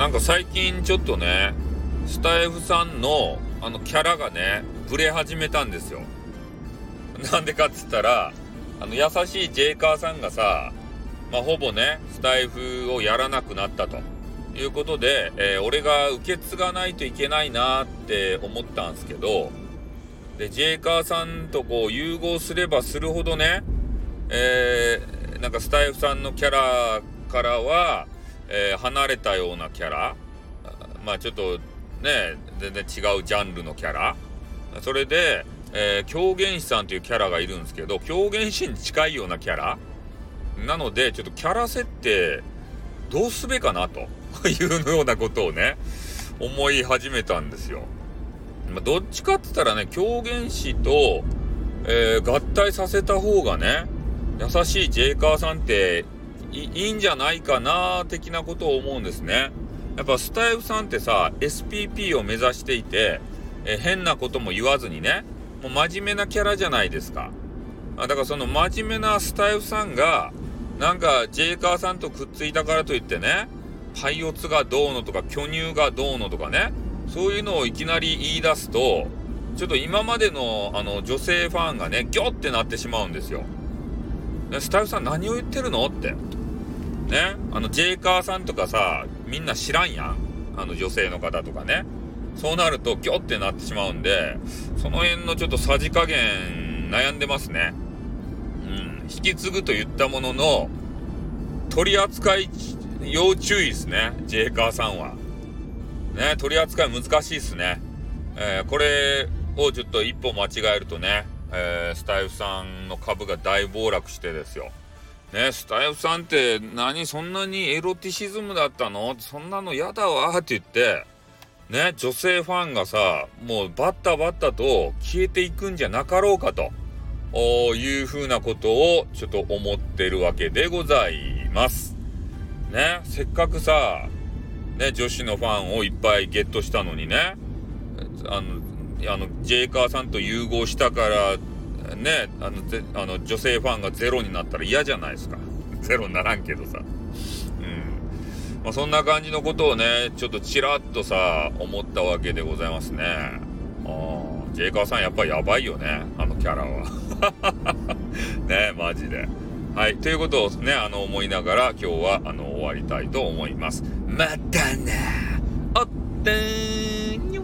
なんか最近ちょっとね、スタイフさんのキャラがね、ブレ始めたんですよ。なんでかっつったら、優しいジェイカーさんがさ、ほぼね、スタイフをやらなくなったということで、俺が受け継がないといけないなって思ったんですけど、で、ジェイカーさんとこう融合すればするほどね、なんかスタイフさんのキャラからは、離れたようなキャラ、ちょっとね、全然違うジャンルのキャラ、それで、狂言師さんというキャラがいるんですけど、狂言師に近いようなキャラなので、ちょっとキャラ設定どうすべかなというようなことをね、思い始めたんですよ。どっちかって言ったらね、狂言師と、合体させた方がね、優しいジェイカーさんっていいんじゃないかな的なことを思うんですね。やっぱスタイフさんってさ、 SPP を目指していて、変なことも言わずにね、もう真面目なキャラじゃないですか。だからその真面目なスタイフさんがなんかジェイカーさんとくっついたからといってね、パイオツがどうのとか巨乳がどうのとかね、そういうのをいきなり言い出すと、ちょっと今までの女性ファンがね、ギョってなってしまうんですよ。スタイフさん何を言ってるのってね、ジェイカーさんとかさ、みんな知らんやん、女性の方とかね。そうなるとギョってなってしまうんで、その辺のちょっとさじ加減悩んでますね。引き継ぐと言ったものの、取り扱い要注意ですね、ジェイカーさんはね。取り扱い難しいですね。これをちょっと一歩間違えるとね、スタイフさんの株が大暴落してですよね。スタイフさんってそんなにエロティシズムだったの、そんなのやだわって言ってね、女性ファンがさ、もうバッタバッタと消えていくんじゃなかろうかというふうなことをちょっと思ってるわけでございますね。せっかくさね、女子のファンをいっぱいゲットしたのにね、ジェイカーさんと融合したからね、女性ファンがゼロになったら嫌じゃないですか。ゼロにならんけどさ。そんな感じのことをね、ちょっとちらっとさ、思ったわけでございますね。ジェイカーさんやっぱりやばいよね、キャラは。ね、マジで。はい、ということをね、思いながら今日は終わりたいと思います。またな。おってーにょ。